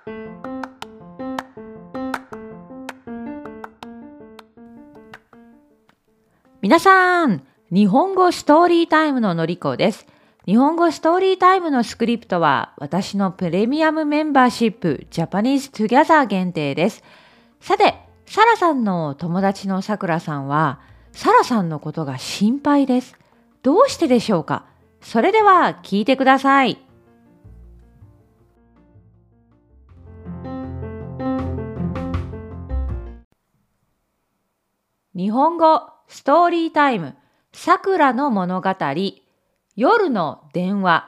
皆さん、日本語ストーリータイムののりこです。日本語ストーリータイムのスクリプトは私のプレミアムメンバーシップ Japanese Together 限定です。さて、サラさんの友達のさくらさんはサラさんのことが心配です。どうしてでしょうか？それでは聞いてください。日本語ストーリータイムさくらの物語夜の電話。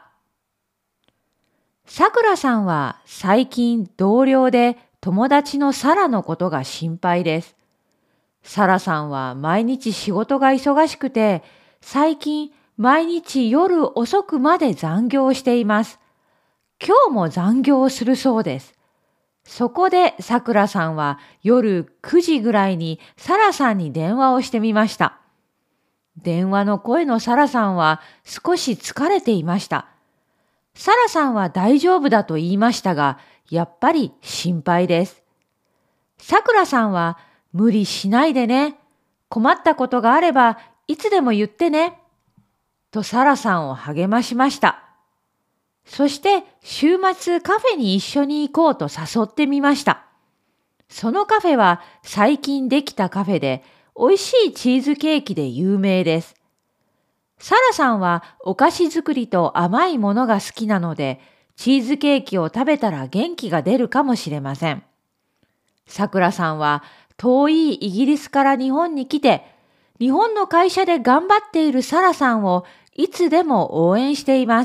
さくらさんは最近同僚で友達のサラのことが心配です。サラさんは毎日仕事が忙しくて、最近毎日夜遅くまで残業しています。今日も残業をするそうです。そこでさくらさんは夜9時ぐらいにサラさんに電話をしてみました。電話の声のサラさんは少し疲れていました。サラさんは大丈夫だと言いましたが、やっぱり心配です。さくらさんは無理しないでね。困ったことがあればいつでも言ってね。とサラさんを励ましました。そして週末カフェに一緒に行こうと誘ってみました。そのカフェは最近できたカフェで美味しいチーズケーキで有名です。サラさんはお菓子作りと甘いものが好きなので、チーズケーキを食べたら元気が出るかもしれません。さくらさんは遠いイギリスから日本に来て、日本の会社で頑張っているサラさんをいつでも応援しています。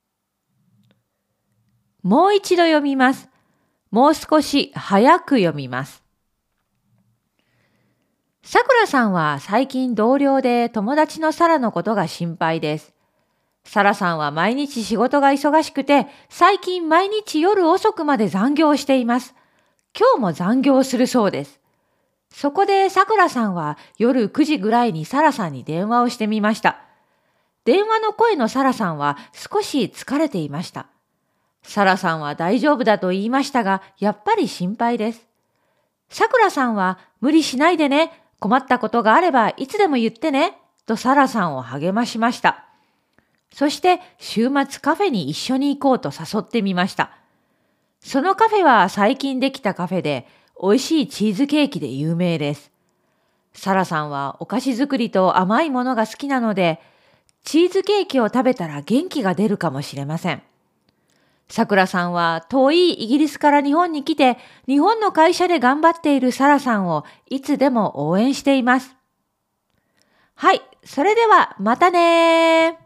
もう一度読みます。もう少し早く読みます。さくらさんは最近同僚で友達のサラのことが心配です。サラさんは毎日仕事が忙しくて、最近毎日夜遅くまで残業しています。今日も残業するそうです。そこでさくらさんは夜9時ぐらいにサラさんに電話をしてみました。電話の声のサラさんは少し疲れていました。サラさんは大丈夫だと言いましたが、やっぱり心配です。さくらさんは無理しないでね。困ったことがあればいつでも言ってね。とサラさんを励ましました。そして週末カフェに一緒に行こうと誘ってみました。そのカフェは最近できたカフェで美味しいチーズケーキで有名です。サラさんはお菓子作りと甘いものが好きなので、チーズケーキを食べたら元気が出るかもしれません。さくらさんは遠いイギリスから日本に来て、日本の会社で頑張っているサラさんをいつでも応援しています。はい、それではまたねー。